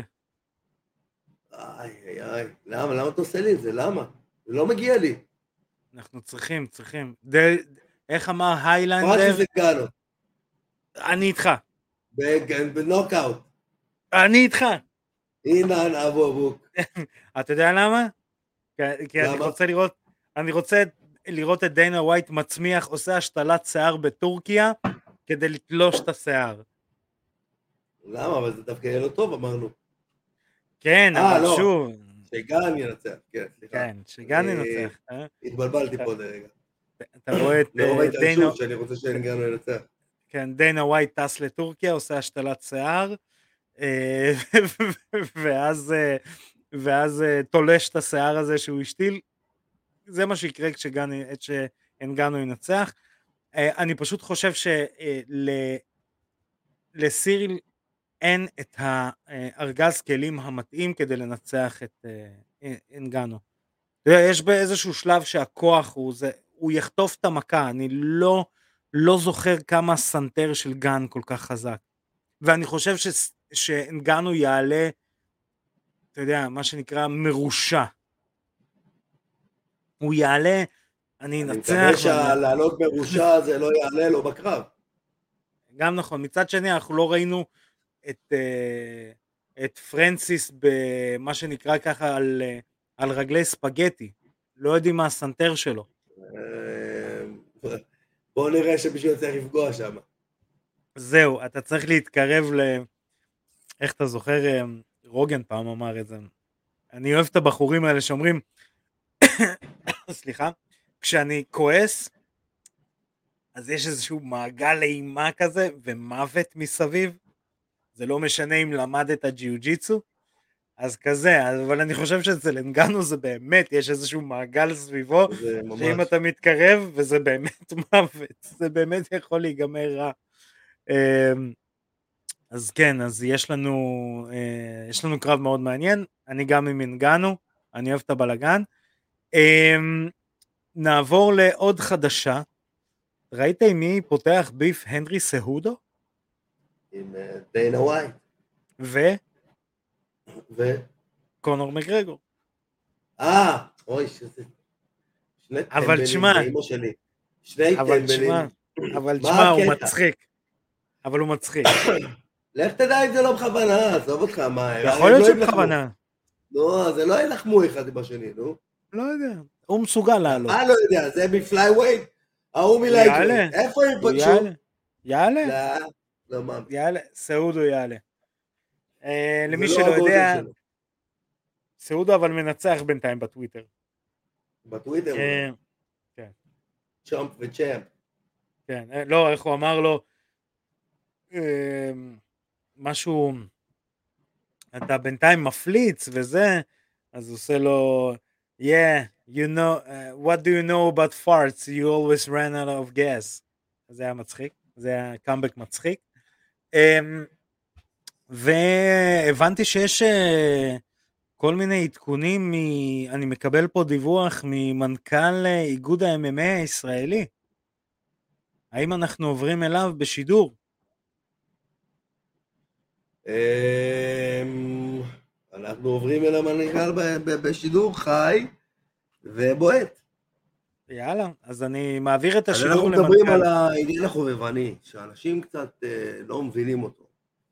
איי, למה אתה עושה לי את זה? למה? זה לא מגיע לי. אנחנו צריכים. איך אמר היילנדר? פרנסיס אנגנו. אני איתך. בנוקאוט. אני איתך. הנה אבו אבוק. אתה יודע למה? כי אני רוצה לראות את דיינה ווייט מצמיח, עושה השתלת שיער בטורקיה, כדי לתלוש את השיער. למה? אבל זה דווקא יהיה לו טוב, אמרנו. כן, אבל לא. שוב. שגן ינצח, כן, סליחה. כן, שגן ינצח. התבלבלתי פה לרגע. אתה רואה את דיינה... שאני רוצה שאנגנו ינצח. כן, דיינה ווייט טס לטורקיה, עושה השתלת שיער, ואז תולש את השיער הזה שהוא השתיל. זה מה שיקרה כשאנגנו ינצח. אני פשוט חושב שלסיריל אין את הארגז כלים המתאים כדי לנצח את אנגנו. יש באיזשהו שלב שהכוח הוא יחטוף את המכה, אני לא זוכר כמה סנטר של גן כל כך חזק. ואני חושב שאנגנו יעלה, אתה יודע, מה שנקרא מרושע. הוא יעלה, אני אנצח. אני מקווה שהלעלות מרושע זה לא יעלה לו בקרב. גם נכון, מצד שני אנחנו לא ראינו את פרנסיס במה שנקרא ככה על רגלי ספגטי, לא יודעים מה הסנטר שלו. בואו נראה שמישהו צריך לפגוע שם. זהו, אתה צריך להתקרב איך אתה זוכר, רוגן פעם אמר את זה, אני אוהב את הבחורים האלה שאומרים, סליחה, כשאני כועס, אז יש איזשהו מעגל אימה כזה, ומוות מסביב, זה לא משנה אם למדת ג'יוג'יצו, אז כזה, אבל אני חושב שאצל אנגנו זה באמת, יש איזשהו מעגל סביבו, שאם אתה מתקרב, וזה באמת מוות, זה באמת יכול להיגמר רע. אז כן, אז יש לנו קרב מאוד מעניין, אני גם עם אנגנו, אני אוהב את הבלגן. נעבור לעוד חדשה, ראית עם מי פותח ביף? הנרי סהודו? עם דיינה ווייט. קונור מקגרגור. אוי, שזה... שני טמבלים באימו שלי. שני טמבלים. אבל תשמע, הוא מצחיק. אבל הוא מצחיק. לך תדע אם זה לא בכוונה, עזוב אותך, מה... יכול להיות שבכוונה. לא, זה לא ילחמו אחד בשני, נו. לא יודע, הוא מסוגל לעלות. לא יודע, זה בפלייווייט? ההוא מלייטווייט. איפה הם פגשו? יעלה. לא מאמין. יעלה, סעודו יעלה. למי שלא יודע, סעודו אבל מנצח בינתיים בטוויטר. בטוויטר? כן. צ'אמפ וצ'אמפ. כן, לא, איך הוא אמר לו, משהו, אתה בינתיים מפליץ וזה, אז הוא עושה לו, yeah, you know, what do you know about farts? You always ran out of gas. זה היה מצחיק, זה היה קאמבק מצחיק. והבנתי שיש כל מיני עדכונים, אני מקבל פה דיווח ממנכ"ל איגוד ה-MMA הישראלי. האם אנחנו עוברים אליו בשידור? אנחנו עוברים אל המנכ"ל בשידור חי ובועט. יאללה, אז אני מעביר את השידור למנכ"ל. אנחנו מדברים על העניין החובבני, שאנשים קצת לא מבינים אותו.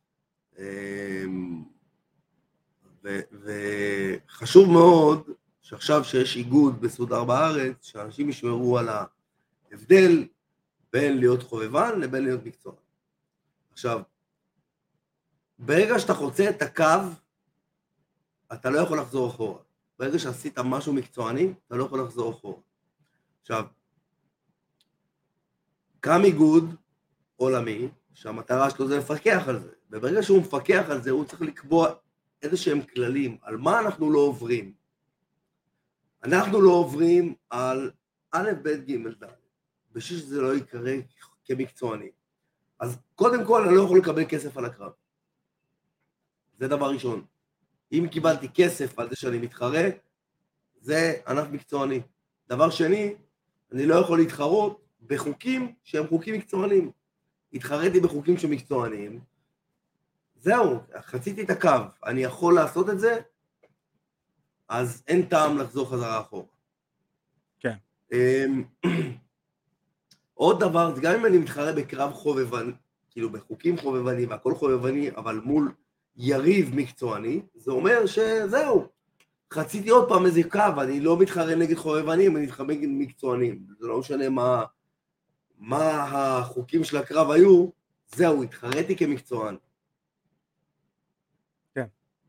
וחשוב מאוד שעכשיו שיש איגוד בסודר בארץ, שאנשים ישמרו על ההבדל בין להיות חובבן לבין להיות מקצוען. עכשיו, ברגע שאתה חוצה את הקו, אתה לא יכול לחזור אחורה. ברגע שעשית משהו מקצועני, אתה לא יכול לחזור אחורה. עכשיו, קם איגוד עולמי, שהמטרה שלו זה לפקח על זה, וברגע שהוא מפקח על זה, הוא צריך לקבוע איזה שהם כללים, על מה אנחנו לא עוברים. אנחנו לא עוברים על א', ב', ג', ד', בשביל שזה לא יקרא כמקצועני. אז קודם כל, אני לא יכול לקבל כסף על הקרב. זה דבר ראשון. אם קיבלתי כסף על זה שאני מתחרה, זה ענף מקצועני. דבר שני, אני לא יכול להתחרות בחוקים שהם חוקים מקצוענים. התחרתי בחוקים שמקצועניים, זהו, חציתי את הקו, אני יכול לעשות את זה, אז אין טעם לחזור חזרה אחורה. כן. עוד דבר, גם אם אני מתחרה בקרב חובבני, כאילו בחוקים חובבני והכל חובבני, אבל מול יריב מקצועני, זה אומר שזהו, חציתי עוד פעם איזה קו, אני לא מתחרה נגד חובבנים, אני מתחרה נגד מקצוענים, זה לא משנה מה החוקים של הקרב היו, זהו, התחרתי כמקצוען. כן.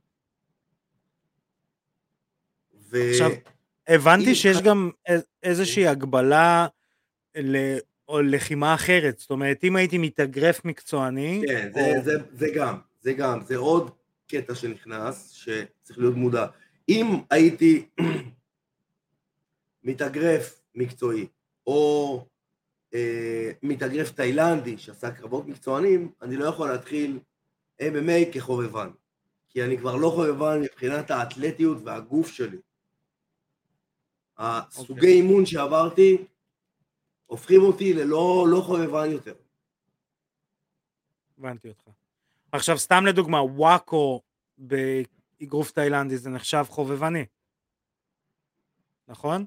עכשיו, הבנתי שיש גם איזושהי הגבלה או לחימה אחרת, זאת אומרת, אם הייתי מתאגרף מקצועני... כן, זה גם, זה עוד קטע שנכנס, שצריך להיות מודע. אם הייתי מתאגרף מקצועי, או מתאגרף תאילנדי שעשה קרבות מקצוענים, אני לא יכול להתחיל MMA כחובבן, כי אני כבר לא חובבן מבחינת האתלטיות והגוף שלי. הסוגי אימון שעברתי הופכים אותי לא חובבן יותר. הבנתי אותך. עכשיו סתם לדוגמה, וואקו באגרוף תאילנדי זה נחשב חובבני, נכון?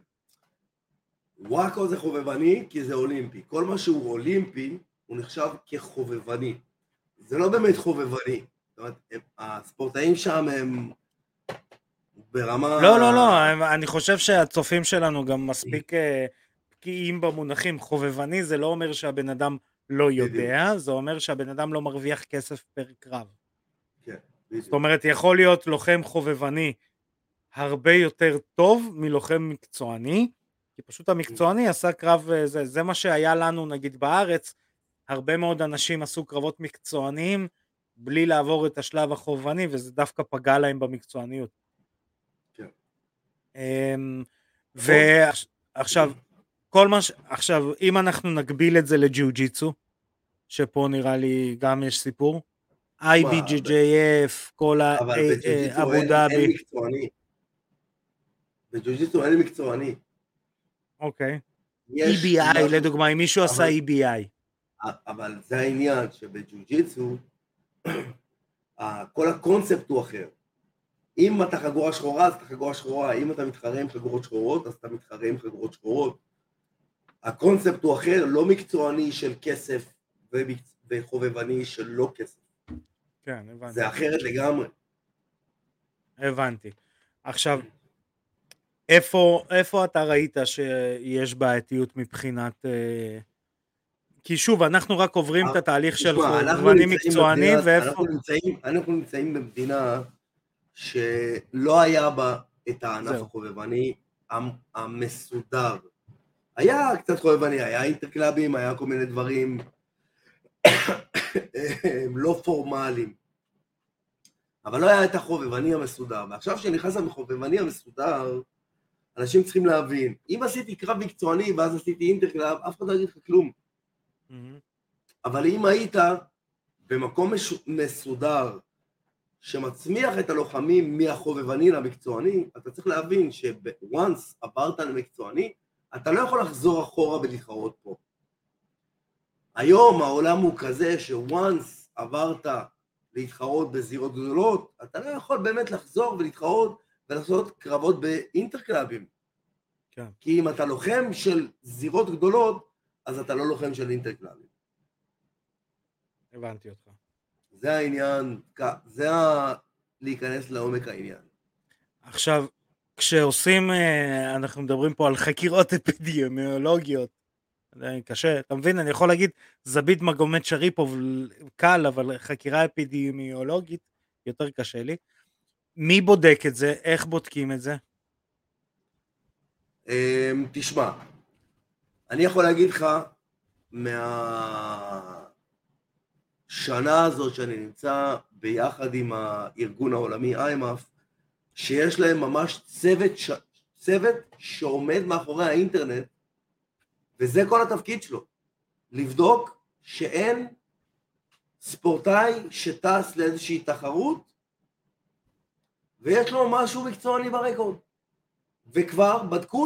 וואקו זה חובבני כי זה אולימפי. כל מה שהוא אולימפי הוא נחשב כחובבני. זה לא באמת חובבני. זאת אומרת, הספורטאים שם הם ברמה... לא, אני חושב שהצופים שלנו גם מספיק בקיאים במונחים. חובבני זה לא אומר שהבן אדם לא יודע, זה אומר שהבן אדם לא מרוויח כסף פר קרב. כן, בדיוק. זאת אומרת, יכול להיות לוחם חובבני הרבה יותר טוב מלוחם מקצועני, כי פשוט המקצועני עשה קרב, זה מה שהיה לנו נגיד בארץ, הרבה מאוד אנשים עשו קרבות מקצועניים בלי לעבור את השלב החובבני, וזה דווקא פגע להם במקצועניות. כן. ועכשיו, עכשיו, אם אנחנו נגביל את זה לג'יו-ג'יצו, שפה נראה לי גם יש סיפור, IBJJF, כל אבו דאבי. אין מקצועני. בג'יו-ג'יצו אין מקצועני. אוקיי. EBI, לדוגמה, אם מישהו עשה EBI. אבל זה העניין שבג'יו-ג'יצו, כל הקונספט הוא אחר. אם אתה חגורה שחורה, אז אתה חגורה שחורה. אם אתה מתחרה עם חגורות שחורות, אז אתה מתחרה עם חגורות שחורות. הקונספט הוא אחר, לא מקצועני של כסף וחובבני של לא כסף. כן, הבנתי. זה אחרת לגמרי. הבנתי. עכשיו, איפה אתה ראית שיש בעייתיות מבחינת... כי שוב, אנחנו רק עוברים את התהליך של חובבנים מקצוענים, ואיפה... אנחנו נמצאים במדינה שלא היה בה את הענף החובבני המסודר. היה קצת חובבני, היה אינטרקלאבים, היה כל מיני דברים לא פורמליים. אבל לא היה את החובבני המסודר. ועכשיו שנכנס לחובבני המסודר, אנשים צריכים להבין, אם עשיתי קרב מקצועני ואז עשיתי אינטרקלאב, אף אחד לא יגיד לך כלום. אבל אם היית במקום מסודר, שמצמיח את הלוחמים מהחובבני למקצועני, אתה צריך להבין ש-once עברת למקצועני, אתה לא יכול לחזור אחורה ולהתחרות פה. היום העולם הוא כזה ש-once עברת להתחרות בזירות גדולות, אתה לא יכול באמת לחזור ולהתחרות ולעשות קרבות באינטרקלאבים. כן. כי אם אתה לוחם של זירות גדולות, אז אתה לא לוחם של אינטרקלאבים. הבנתי אותך. זה העניין, זה להיכנס לעומק העניין. עכשיו, כשעושים, אנחנו מדברים פה על חקירות אפידמיולוגיות, קשה, אתה מבין? אני יכול להגיד, זביד מגומד שריפוב קל, אבל חקירה אפידמיולוגית יותר קשה לי. מי בודק את זה? איך בודקים את זה? תשמע, אני יכול להגיד לך, מהשנה הזאת שאני נמצא ביחד עם הארגון העולמי IMAF, שיש להם ממש צוות שעומד מאחורי האינטרנט, וזה כל התפקיד שלו, לבדוק שאין ספורטאי שטס לאיזושהי תחרות, ויש לו משהו מקצועני ברקורד. וכבר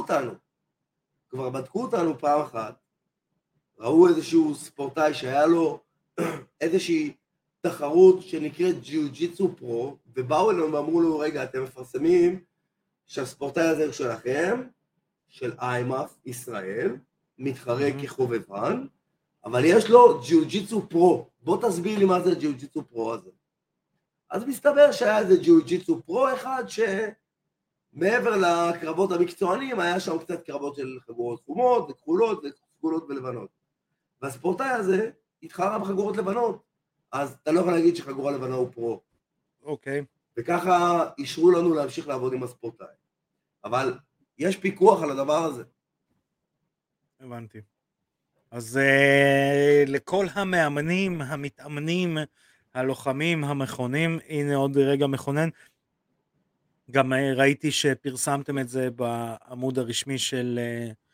בדקו אותנו פעם אחת, ראו איזשהו ספורטאי שהיה לו איזושהי תחרות שנקראת ג'יו-ג'יצו פרו, ובאו אלינו ואמרו לו, רגע, אתם מפרסמים שהספורטאי הזה שלכם, של IMAF ישראל, מתחרה כחובבן, אבל יש לו ג'יו-ג'יצו פרו. בוא תסביר לי מה זה ג'יו-ג'יצו פרו הזה. אז מסתבר שהיה איזה ג'יו-ג'יצו פרו אחד שמעבר לקרבות המקצוענים, היה שם קצת קרבות של חגורות חומות וכחולות וסגולות ולבנות. והספורטאי הזה התחרה בחגורות לבנות, אז אתה לא יכול להגיד שחגורה לבנה הוא פרו. אוקיי. וככה אישרו לנו להמשיך לעבוד עם הספורטאי. אבל יש פיקוח על הדבר הזה. הבנתי. אז לכל המאמנים, המתאמנים, הלוחמים, המכונים, הנה עוד רגע מכונן, גם ראיתי שפרסמתם את זה בעמוד הרשמי של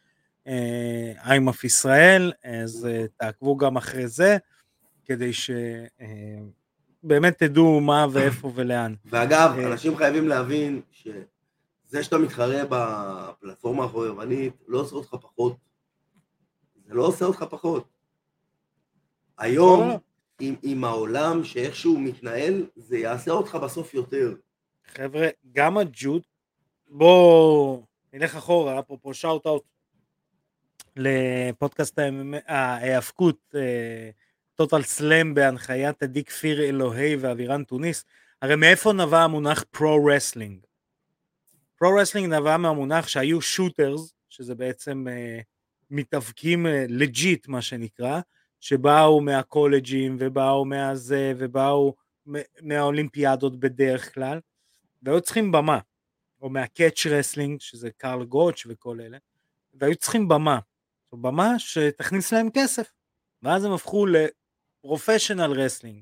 I'm of ישראל, אז תעקבו גם אחרי זה, כדי שבאמת תדעו מה ואיפה ולאן. ואגב, אנשים חייבים להבין שזה שאתה מתחרה בפלטפורמה החובבנית, לא עושה אותך פחות. זה לא עושה אותך פחות. היום, עם העולם שאיכשהו מתנהל, זה יעשה אותך בסוף יותר. חבר'ה, גם הג'וד, בואו נלך אחורה, אפרופו שאוט-אוט לפודקאסט ההאבקות, טוטל סלאם בהנחיית עדי כפיר אלוהי ואבירן טוניס. הרי מאיפה נבע המונח פרו-רסלינג? פרו-רסלינג נבע מהמונח שהיו שוטרס, שזה בעצם מתאבקים לג'יט מה שנקרא, שבאו מהקולג'ים ובאו מהזה ובאו מהאולימפיאדות בדרך כלל, והיו צריכים במה, או מהקאץ' רסלינג, שזה קארל גוטש וכל אלה, והיו צריכים במה, במה שתכניס להם כסף, ואז הם הפכו לפרופשנל רסלינג,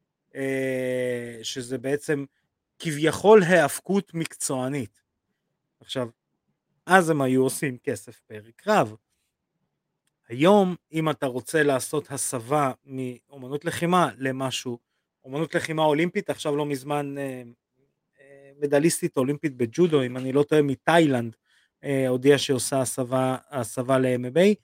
שזה בעצם כביכול האבקות מקצוענית. עכשיו, אז הם היו עושים כסף פר קרב. היום, אם אתה רוצה לעשות הסבה מאומנות לחימה למשהו, אומנות לחימה אולימפית, עכשיו לא מזמן מדליסטית אולימפית בג'ודו, אם אני לא טועה מתאילנד, הודיעה שעושה הסבה ל-MMA,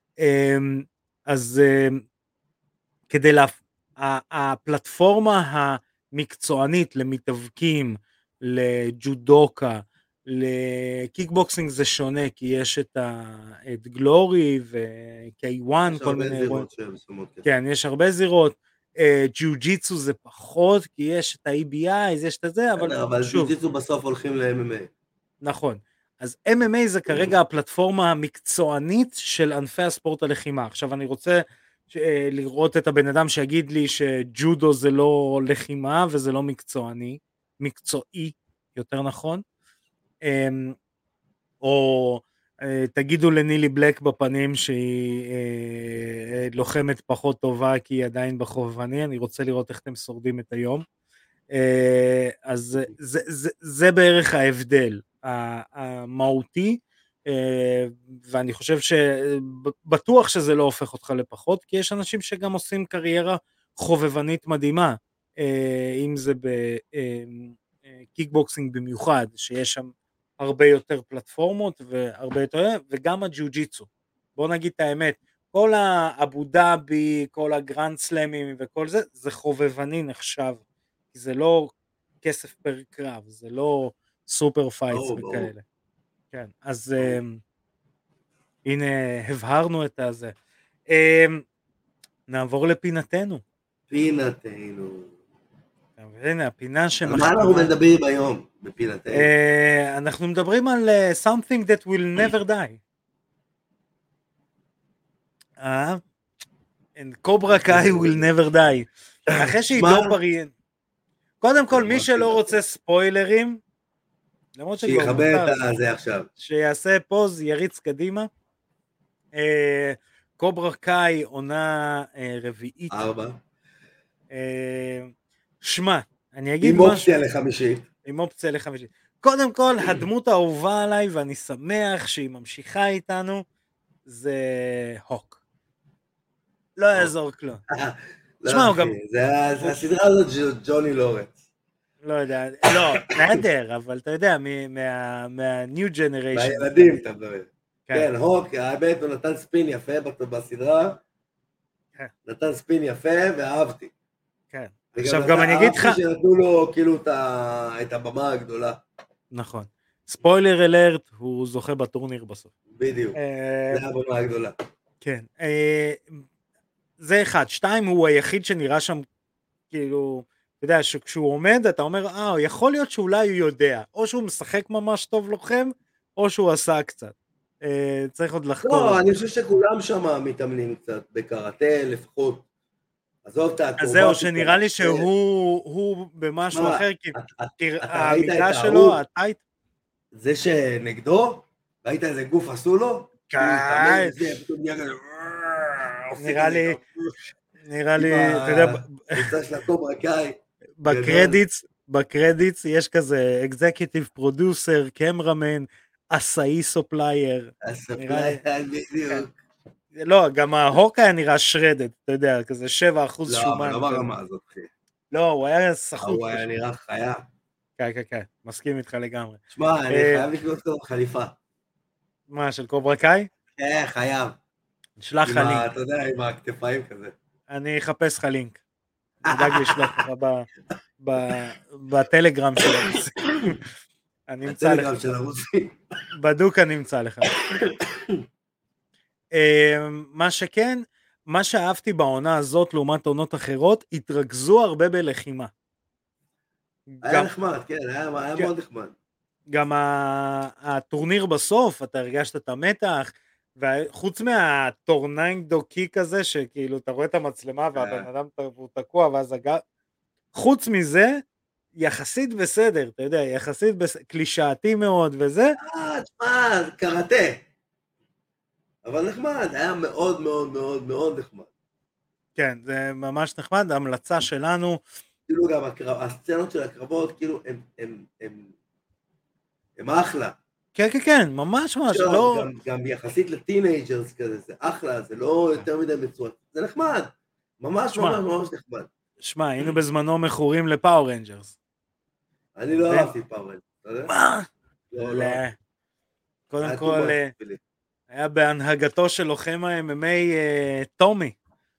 אז כדי הפלטפורמה המקצוענית למתאבקים, לג'ודוקה, לקיקבוקסינג זה שונה, כי יש את גלורי ו-K1, כל מיני אירועים. כן, יש הרבה זירות. ג'יוג'יצו זה פחות, כי יש את ה-EBI, יש את זה, אבל ג'יוג'יצו בסוף הולכים ל-MMA. נכון. אז MMA זה כרגע הפלטפורמה המקצוענית של ענפי הספורט הלחימה. עכשיו אני רוצה לראות את הבן אדם שיגיד לי שג'ודו זה לא לחימה וזה לא מקצועי, יותר נכון. או תגידו לנילי בלק בפנים שהיא לוחמת פחות טובה כי היא עדיין בחובבני, אני רוצה לראות איך אתם שורדים את היום. אז זה בערך ההבדל המהותי, ואני חושב שבטוח שזה לא הופך אותך לפחות, כי יש אנשים שגם עושים קריירה חובבנית מדהימה, אם זה בקיקבוקסינג במיוחד, שיש שם הרבה יותר פלטפורמות והרבה יותר, וגם הג'יוג'יצו. בוא נגיד את האמת, כל האבו דאבי, כל הגרנד סלמים וכל זה, זה חובבני נחשב, כי זה לא כסף פר קרב, זה לא סופר פייטס וכאלה. כן, אז הנה הבהרנו את הזה. נעבור לפינתנו. פינתנו. הנה, הפינה שמחתימה. מה אנחנו מדברים היום בפינתנו? אנחנו מדברים על something that will never die. and קוברה קאי will never die. אחרי שעידו פריאן. קודם כל, מי שלא רוצה ספוילרים, שיחבר את זה עכשיו. שיעשה פוז, יריץ קדימה. קוברה קאי עונה רביעית. 4. שמה, אני אגיד משהו. עם אופציה לחמישית. עם אופציה לחמישית. קודם כל, הדמות האהובה עליי, ואני שמח שהיא ממשיכה איתנו, זה הוק. לא יעזור כלום. תשמע, הוא גם... זה הסדרה הזאת ג'וני לורנס. לא יודע, לא, נהדר, אבל אתה יודע, מה-new generation. מהילדים, אתה מדבר. כן, הוק, האמת, הוא נתן ספין יפה בסדרה, נתן ספין יפה, ואהבתי. כן. עכשיו גם אני אגיד לך... אהבתי שנתנו לו כאילו את הבמה הגדולה. נכון. ספוילר אלרט, הוא זוכה בטורניר בסוף. בדיוק, זה הבמה הגדולה. כן. זה אחד. 2, הוא היחיד שנראה שם, כאילו, אתה יודע, שכשהוא עומד, אתה אומר, יכול להיות שאולי הוא יודע, או שהוא משחק ממש טוב לוחם, או שהוא עשה קצת. צריך עוד לחקור. לא, אני חושב שכולם שם מתאמנים קצת, בקראטה לפחות. עזוב את האקרובטיקה. אז זהו, שנראה לי שהוא במשהו אחר, כי העמידה שלו, הטייט. זה שנגדו, ראית איזה גוף עשו לו? כן. נראה לי, אתה יודע, בקרדיטס יש כזה אקזקיוטיב פרודוסר, קמרמן, עשאי סופלייר. הספליי, בדיוק. לא, גם ההוק היה נראה שרדת, אתה יודע, כזה 7% לא, שומן. אבל לא ברמה הזאת, אחי. לא, הוא היה סחוט. הוא היה נראה חיה. כן, כן, כן, מסכים איתך לגמרי. שמע, אני חייב לקנות לו חליפה. מה, של קוברה קאי? כן, חייב. נשלח לך לינק. אתה יודע, עם הכתפיים כזה. אני אחפש לך לינק. נדאג לשלוח לך בטלגרם שלו. אני אמצא לך. הטלגרם של הרוסי. בדוק אני אמצא לך. מה שכן, מה שאהבתי בעונה הזאת לעומת עונות אחרות, התרכזו הרבה בלחימה. היה נחמד, כן, היה מאוד נחמד. גם הטורניר בסוף, אתה הרגשת את המתח, וחוץ מהטורננדו קיק הזה, שכאילו אתה רואה את המצלמה והבן אדם הוא תקוע, ואז חוץ מזה, יחסית בסדר, אתה יודע, יחסית קלישאתי מאוד וזה. תשמע, קראטה. אבל נחמד, היה מאוד מאוד מאוד מאוד נחמד. כן, זה ממש נחמד, ההמלצה שלנו. כאילו גם הסצנות של הקרבות, כאילו הם אחלה. כן, כן, כן, ממש ממש, לא... גם יחסית לטינג'רס כזה, זה אחלה, זה לא יותר מדי מצוין, זה נחמד, ממש ממש ממש נחמד. שמע, היינו בזמנו מכורים לפאור רנג'רס. אני לא אהבתי פאור רנג'רס, אתה יודע? מה? לא. קודם כל, היה בהנהגתו של לוחם ה-MMA טומי.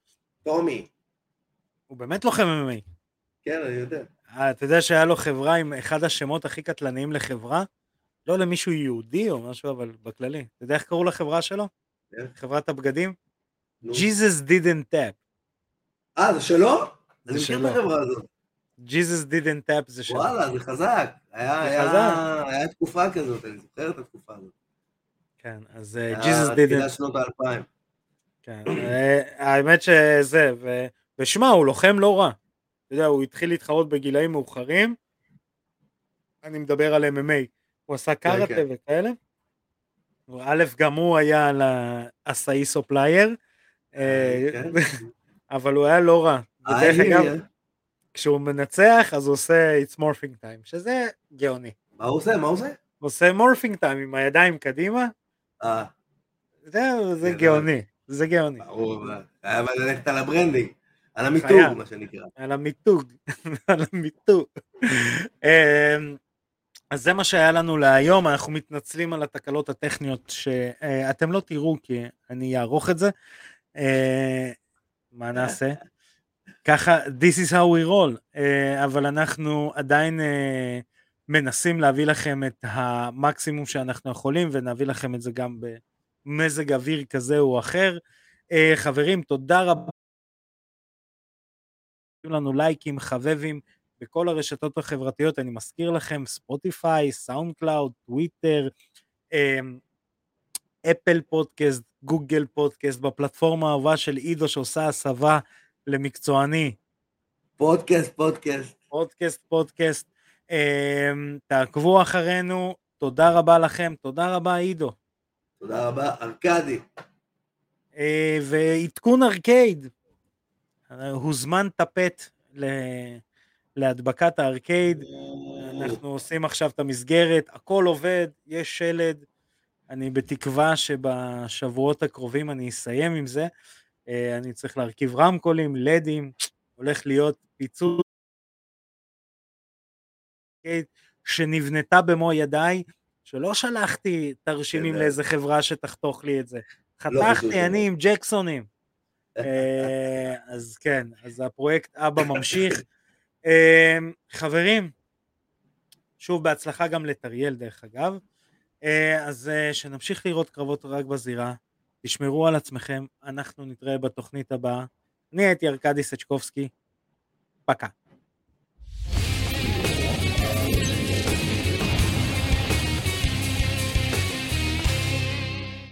הוא באמת לוחם MMA. כן, אני יודע. אתה יודע שהיה לו חברה עם אחד השמות הכי קטלניים לחברה? לא למישהו יהודי או משהו, אבל בכללי. אתה יודע איך קראו לחברה שלו? חברת הבגדים? Jesus didn't tap. זה שלו? זה שלו. אני מכיר את החברה הזאת. Jesus didn't tap זה שלו. וואלה, זה חזק. היה תקופה כזאת, אני זוכר את התקופה הזאת. כן, אז Jesus didn't... תחילת שנות ה-2000. כן, האמת שזה, ושמע, הוא לוחם לא רע. אתה יודע, הוא התחיל להתחרות בגילאים מאוחרים, אני מדבר על MMA, הוא עשה קראטה וכאלה, א' גם הוא היה על העשאי סופלייר, אבל הוא היה לא רע, ודרך אגב, כשהוא מנצח אז הוא עושה It's Morphing Time, שזה גאוני. מה הוא עושה? הוא עושה Morphing Time עם הידיים קדימה, זה גאוני, זה גאוני. היה ללכת על הברנדינג. על המיתוג, מה שנקרא. על המיתוג, על המיתוג. אז זה מה שהיה לנו להיום, אנחנו מתנצלים על התקלות הטכניות שאתם לא תראו, כי אני אערוך את זה. מה נעשה? ככה, this is how we roll, אבל אנחנו עדיין מנסים להביא לכם את המקסימום שאנחנו יכולים, ונביא לכם את זה גם במזג אוויר כזה או אחר. חברים, תודה רבה. לנו לייקים, חבבים, בכל הרשתות החברתיות, אני מזכיר לכם, ספוטיפיי, סאונד קלאוד, טוויטר, אפל פודקאסט, גוגל פודקאסט, בפלטפורמה האהובה של עידו שעושה הסבה למקצועני. פודקאסט. תעקבו אחרינו, תודה רבה לכם, תודה רבה עידו. תודה רבה, ארקדי. ועדכון ארקייד. הוזמן טפט להדבקת הארקייד, אנחנו עושים עכשיו את המסגרת, הכל עובד, יש שלד, אני בתקווה שבשבועות הקרובים אני אסיים עם זה, אני צריך להרכיב רמקולים, לדים, הולך להיות פיצול שנבנתה במו ידיי, שלא שלחתי תרשימים לאיזה חברה שתחתוך לי את זה, חתכתי אני עם ג'קסונים, אז כן, אז הפרויקט אבא ממשיך. חברים, שוב בהצלחה גם לטריאל דרך אגב, אז שנמשיך לראות קרבות רק בזירה, תשמרו על עצמכם, אנחנו נתראה בתוכנית הבאה, אני הייתי ארקדי סצ'קובסקי, פקה.